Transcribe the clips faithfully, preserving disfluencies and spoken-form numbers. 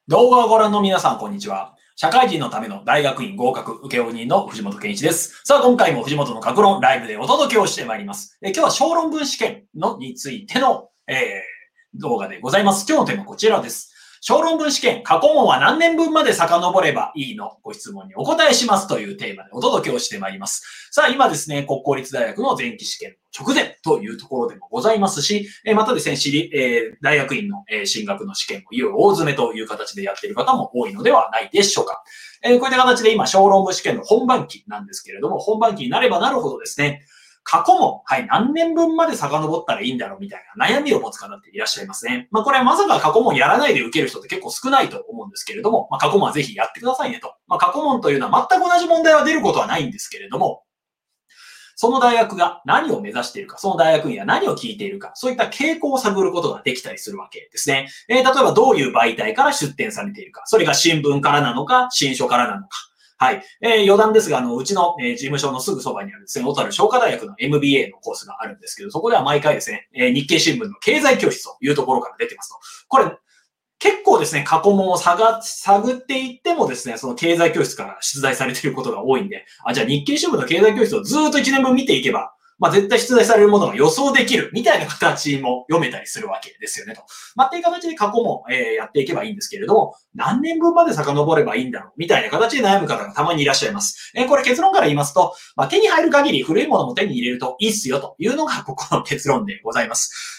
動画をご覧の皆さん、こんにちは。社会人のための大学院合格請負人の藤本健一です。さあ、今回も藤本の格論ライブでお届けをしてまいります。え今日は小論文試験のについての、えー、動画でございます。今日のテーマはこちらです。小論文試験、過去問は何年分まで遡ればいいのご質問にお答えしますというテーマでお届けをしてまいります。さあ、今ですね、国公立大学の前期試験の直前というところでもございますし、またですね、私立、えー、大学院の進学の試験もいよいよ大詰めという形でやっている方も多いのではないでしょうか。えー、こういった形で今、小論文試験の本番期なんですけれども、本番期になればなるほどですね、過去問、はい、何年分まで遡ったらいいんだろうみたいな悩みを持つ方っていらっしゃいますね。まあこれはまさか過去問やらないで受ける人って結構少ないと思うんですけれども、まあ過去問はぜひやってくださいねと。まあ過去問というのは全く同じ問題は出ることはないんですけれども、その大学が何を目指しているか、その大学院は何を聞いているか、そういった傾向を探ることができたりするわけですね。えー、例えばどういう媒体から出展されているか、それが新聞からなのか、新書からなのか。はい。えー、余談ですが、あの、うちの、えー、事務所のすぐそばにあるですね、小樽商科大学の エムビーエー のコースがあるんですけど、そこでは毎回ですね、えー、日経新聞の経済教室というところから出てますと。これ、結構ですね、過去問を探、探っていってもですね、その経済教室から出題されていることが多いんで、あ、じゃあ日経新聞の経済教室をずっといちねんぶん見ていけば、まあ絶対出題されるものが予想できるみたいな形も読めたりするわけですよねと。まあっていう形で過去も、えー、やっていけばいいんですけれども、何年分まで遡ればいいんだろうみたいな形で悩む方がたまにいらっしゃいます。えー、これ結論から言いますと、まあ手に入る限り古いものも手に入れるといいっすよというのがここの結論でございます。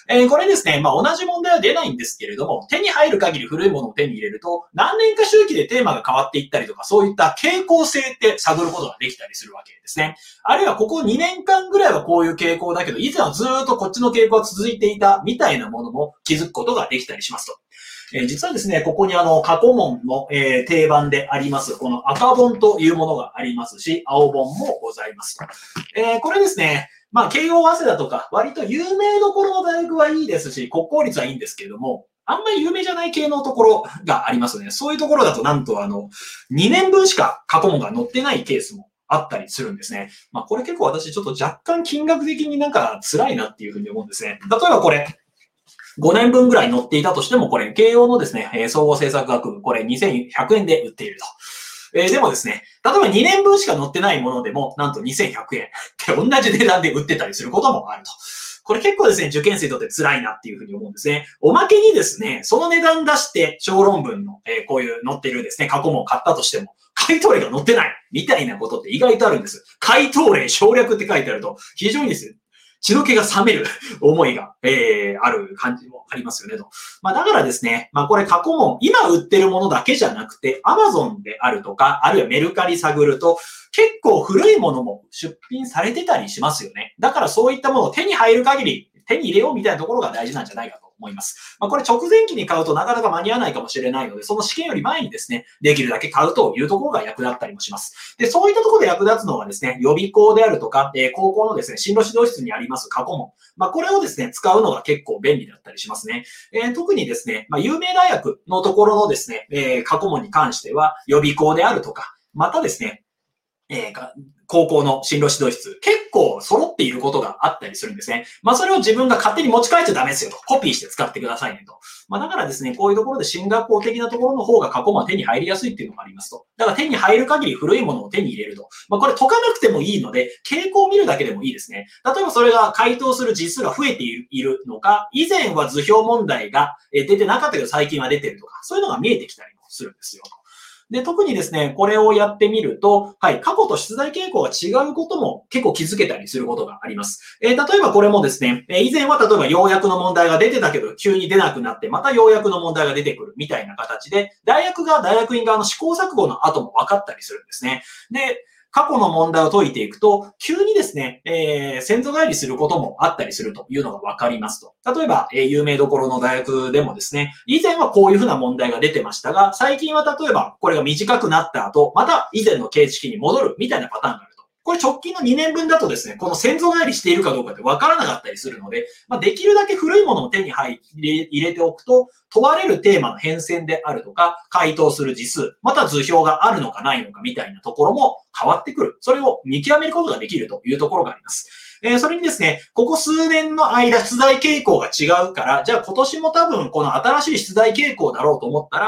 えー、これですね、まあ同じ問題は出ないんですけれども、手に入る限り古いものを手に入れると、何年か周期でテーマが変わっていったりとか、そういった傾向性って探ることができたりするわけですね。あるいはここにねんかんぐらいはこういう傾向だけど、以前はずっとこっちの傾向が続いていたみたいなものも気づくことができたりしますと。えー、実はですね、ここにあの過去問の、えー、定番であります、この赤本というものがありますし、青本もございますと。えー、これですね、まあ、慶応早稲田とか、割と有名どころの大学はいいですし、国公立はいいんですけれども、あんまり有名じゃない系のところがありますね。そういうところだとなんとあの、にねんぶんしか過去問が載ってないケースもあったりするんですね。まあこれ結構私ちょっと若干金額的になんか辛いなっていうふうに思うんですね。例えばこれ、ごねんぶんぐらい載っていたとしても、これ、慶応のですね、総合政策学部、これにせんひゃくえんで売っていると。えー、でもですね、例えばにねんぶんしか載ってないものでも、なんとにせんひゃくえんって同じ値段で売ってたりすることもあると。これ結構ですね、受験生にとって辛いなっていうふうに思うんですね。おまけにですね、その値段出して小論文の、えー、こういう載っているですね、過去問を買ったとしても、回答例が載ってないみたいなことって意外とあるんです。回答例省略って書いてあると、非常にですね、血の気が冷める思いが、えー、ある感じもありますよねと。まあだからですね、まあこれ過去問、今売ってるものだけじゃなくて、Amazon であるとか、あるいはメルカリ探ると、結構古いものも出品されてたりしますよね。だからそういったものを手に入る限り、手に入れようみたいなところが大事なんじゃないかと思います。まあこれ直前期に買うとなかなか間に合わないかもしれないので、その試験より前にですね、できるだけ買うというところが役立ったりもします。で、そういったところで役立つのはですね、予備校であるとか、えー、高校のですね、進路指導室にあります過去問。まあこれをですね、使うのが結構便利だったりしますね。えー、特にですね、まあ有名大学のところのですね、えー、過去問に関しては予備校であるとか、またですね、えー、高校の進路指導室、結構揃っていることがあったりするんですね。まあそれを自分が勝手に持ち帰っちゃダメですよと。コピーして使ってくださいねと。まあだからですね、こういうところで進学校的なところの方が過去問は手に入りやすいっていうのがありますと。だから手に入る限り古いものを手に入れると。まあこれ解かなくてもいいので、傾向を見るだけでもいいですね。例えばそれが回答する実数が増えているのか、以前は図表問題が出てなかったけど最近は出てるとか、そういうのが見えてきたりもするんですよ。で、特にですね、これをやってみると、はい、過去と出題傾向が違うことも結構気づけたりすることがあります。えー、例えばこれもですね、以前は例えば要約の問題が出てたけど、急に出なくなって、また要約の問題が出てくるみたいな形で、大学が大学院側の試行錯誤の後も分かったりするんですね。で、過去の問題を解いていくと、急にですね、えー、先祖返りすることもあったりするというのがわかりますと。例えば、えー、有名どころの大学でもですね、以前はこういうふうな問題が出てましたが、最近は例えばこれが短くなった後、また以前の形式に戻るみたいなパターンがあると。これ直近のにねんぶんだとですね、この先祖返りしているかどうかってわからなかったりするので、まあ、できるだけ古いものを手に入れ入れておくと、問われるテーマの変遷であるとか、回答する字数、また図表があるのかないのかみたいなところも変わってくる。それを見極めることができるというところがあります。えー、それにですね、ここ数年の間出題傾向が違うから、じゃあ今年も多分この新しい出題傾向だろうと思ったら、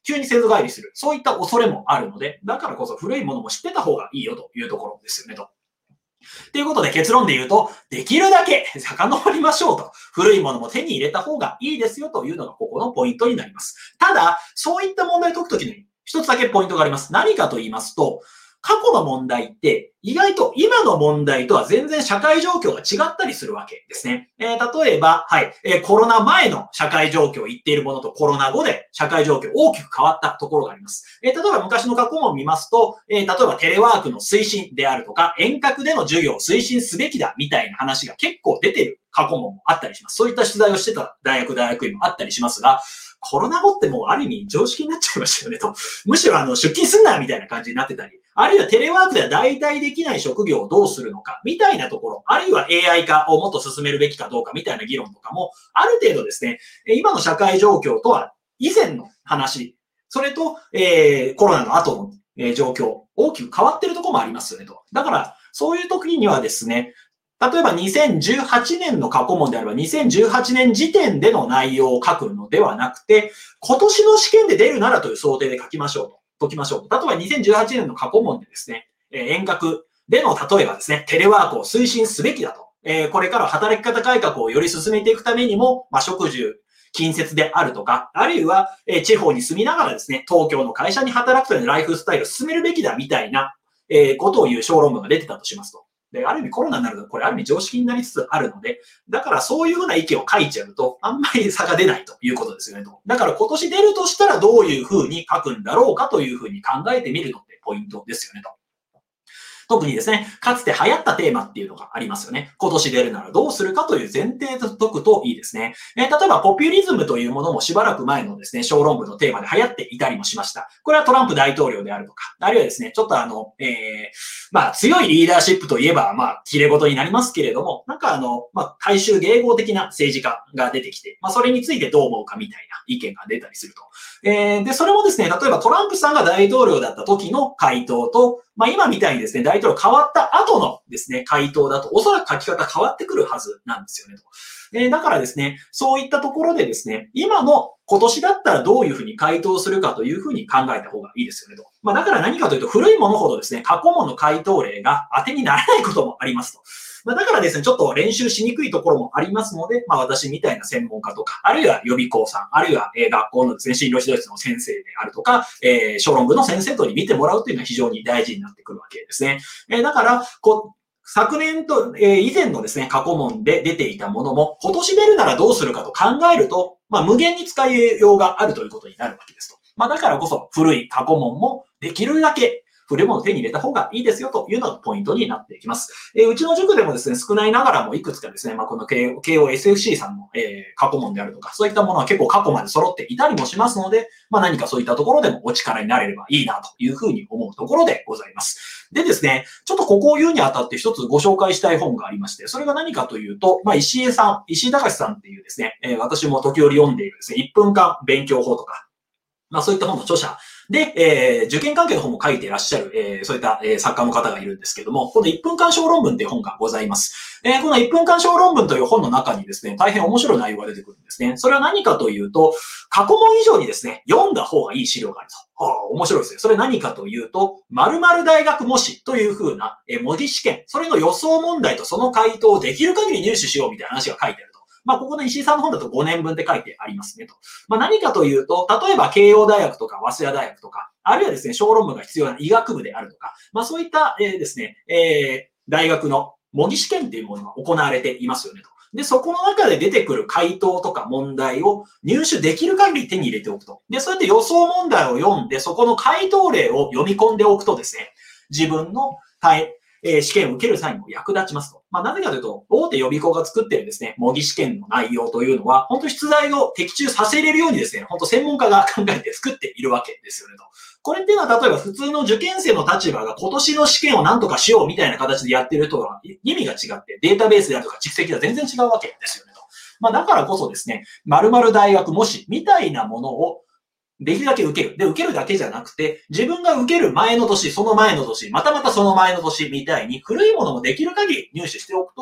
急に先祖返りする。そういった恐れもあるので、だからこそ古いものも知ってた方がいいよというところですよねと。ということで結論で言うと、できるだけ遡りましょうと。古いものも手に入れた方がいいですよというのがここのポイントになります。ただ、そういった問題を解くときに一つだけポイントがあります。何かと言いますと、過去の問題って意外と今の問題とは全然社会状況が違ったりするわけですね。えー、例えば、はい、えー、コロナ前の社会状況を言っているものとコロナ後で社会状況大きく変わったところがあります。えー、例えば昔の過去問を見ますと、えー、例えばテレワークの推進であるとか、遠隔での授業を推進すべきだみたいな話が結構出てる過去問もあったりします。そういった取材をしてた大学、大学院もあったりしますが、コロナ後ってもうある意味常識になっちゃいましたよねと。むしろあの出勤すんなみたいな感じになってたり、あるいはテレワークでは代替できない職業をどうするのかみたいなところ、あるいは エーアイ 化をもっと進めるべきかどうかみたいな議論とかも、ある程度ですね、今の社会状況とは以前の話、それと、えー、コロナの後の、えー、状況、大きく変わってるところもありますよねと。だから、そういう時にはですね、例えばにせんじゅうはちねんの過去問であればにせんじゅうはちねん時点での内容を書くのではなくて、今年の試験で出るならという想定で書きましょうと。解きましょうと。例えばにせんじゅうはちねんの過去問でですね、遠隔での例えばですね、テレワークを推進すべきだと。これから働き方改革をより進めていくためにも、まあ、職住、近接であるとか、あるいは地方に住みながらですね、東京の会社に働くというライフスタイルを進めるべきだみたいなことを言う小論文が出てたとしますと。で、ある意味コロナになると、これある意味常識になりつつあるので、だからそういうふうな意見を書いちゃうと、あんまり差が出ないということですよねと。だから今年出るとしたらどういうふうに書くんだろうかというふうに考えてみるのってポイントですよねと。特にですね、かつて流行ったテーマっていうのがありますよね。今年出るならどうするかという前提で解くといいですね。えー、例えばポピュリズムというものもしばらく前のですね、小論文のテーマで流行っていたりもしました。これはトランプ大統領であるとか、あるいはですね、ちょっとあの、えー、まあ強いリーダーシップといえば、まあ綺麗事になりますけれども、なんかあの、まあ大衆迎合的な政治家が出てきて、まあそれについてどう思うかみたいな意見が出たりすると。えー、で、それもですね、例えばトランプさんが大統領だった時の回答と、まあ今みたいにですね、大統領変わった後のですね、回答だとおそらく書き方変わってくるはずなんですよねと。えー、だからですね、そういったところでですね、今の今年だったらどういうふうに回答するかというふうに考えた方がいいですよねと。まあだから何かというと古いものほどですね、過去問の回答例が当てにならないこともありますと。まあ、だからですね、ちょっと練習しにくいところもありますので、まあ私みたいな専門家とか、あるいは予備校さん、あるいは、えー、学校のですね、進路指導室の先生であるとか、えー、小論文の先生とに見てもらうというのは非常に大事になってくるわけですね。えー、だから、こ昨年と、えー、以前のですね、過去問で出ていたものも、今年出るならどうするかと考えると、まあ無限に使いようがあるということになるわけですと。まあだからこそ古い過去問もできるだけ古いものを手に入れた方がいいですよというのがポイントになっていきます。えー、うちの塾でもですね、少ないながらもいくつかですね、まあ、この ケーオーエスエフシー さんの、えー、過去問であるとか、そういったものは結構過去まで揃っていたりもしますので、まあ何かそういったところでもお力になれればいいなというふうに思うところでございます。でですね、ちょっとここを言うにあたって一つご紹介したい本がありまして、それが何かというと、まあ石井さん、石井隆さんっていうですね、えー、私も時折読んでいるですね、いっぷんかん勉強法とか、まあそういった本の著者で、えー、受験関係の本も書いていらっしゃる、えー、そういった、えー、作家の方がいるんですけども、このいっぷんかん小論文という本がございます。えー、このいっぷんかん小論文という本の中にですね、大変面白い内容が出てくるんですね。それは何かというと、過去問以上にですね、読んだ方がいい資料があると。はあ、面白いですね。それ何かというと、〇〇大学模試という風な、えー、模擬試験、それの予想問題とその回答をできる限り入手しようみたいな話が書いてある。まあ、ここの石井さんの本だとごねんぶんって書いてありますねと。まあ、何かというと、例えば慶応大学とか早稲田大学とか、あるいはですね、小論文が必要な医学部であるとか、まあ、そういった、えー、ですね、えー、大学の模擬試験というものが行われていますよねと。で、そこの中で出てくる回答とか問題を入手できる限り手に入れておくと。で、そうやって予想問題を読んで、そこの回答例を読み込んでおくとですね、自分の対えー、試験を受ける際にも役立ちますと。まあ、なぜかというと、大手予備校が作っているですね、模擬試験の内容というのは、本当に出題を的中させれるようにですね、本当専門家が考えて作っているわけですよねと。これっていうのは、例えば普通の受験生の立場が今年の試験を何とかしようみたいな形でやっているとは意味が違って、データベースであるとか蓄積が全然違うわけですよねと。まあ、だからこそですね、〇〇大学模試みたいなものをできるだけ受ける。で、受けるだけじゃなくて、自分が受ける前の年、その前の年、またまたその前の年みたいに、古いものもできる限り入手しておくと、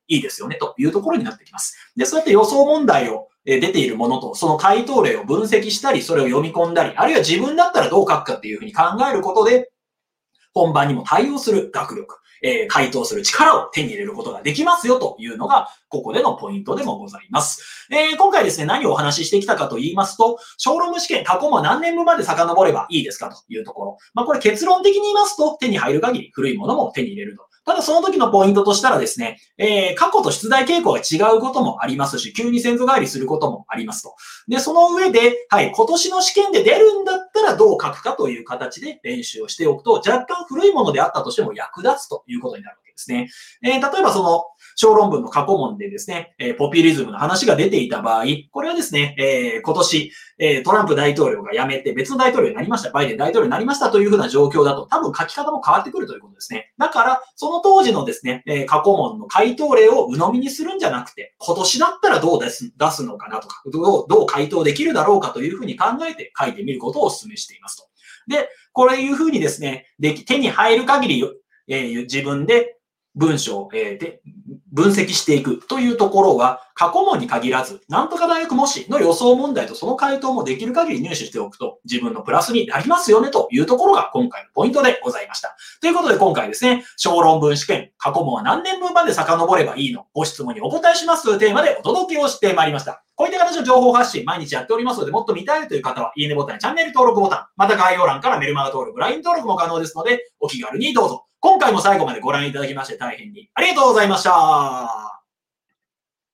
いいですよねというところになってきます。で、そうやって予想問題を出ているものと、その回答例を分析したり、それを読み込んだり、あるいは自分だったらどう書くかっていうふうに考えることで、本番にも対応する学力、えー、回答する力を手に入れることができますよというのが、ここでのポイントでもございます。えー、今回ですね、何をお話ししてきたかと言いますと、小論文試験過去も何年分まで遡ればいいですかというところ。まあこれ結論的に言いますと、手に入る限り古いものも手に入れると。ただその時のポイントとしたらですね、えー、過去と出題傾向が違うこともありますし、急に先祖返りすることもありますと。で、その上で、はい、今年の試験で出るんだったらどう書くかという形で練習をしておくと、若干古いものであったとしても役立つということになるわけですね。えー、例えばその、小論文の過去問でですね、えー、ポピュリズムの話が出ていた場合、これはですね、えー、今年、えー、トランプ大統領が辞めて別の大統領になりました、バイデン大統領になりましたというふうな状況だと、多分書き方も変わってくるということですね。だから、その当時のですね、えー、過去問の回答例を鵜呑みにするんじゃなくて、今年だったらどう出す、出すのかなとか、どう、どう回答できるだろうかというふうに考えて書いてみることをお勧めしていますと。で、これいうふうにですね、でき、手に入る限り、えー、自分で文章を、えー、で分析していくというところは、過去問に限らず、なんとか大学模試の予想問題とその回答もできる限り入手しておくと、自分のプラスになりますよねというところが今回のポイントでございました。ということで今回ですね、小論文試験、過去問は何年分まで遡ればいいの？ご質問にお答えしますというテーマでお届けをしてまいりました。こういった形の情報発信、毎日やっておりますので、もっと見たいという方は、いいねボタンやチャンネル登録ボタン、また概要欄からメルマガ登録、ライン 登録も可能ですので、お気軽にどうぞ。今回も最後までご覧いただきまして大変にありがとうございました。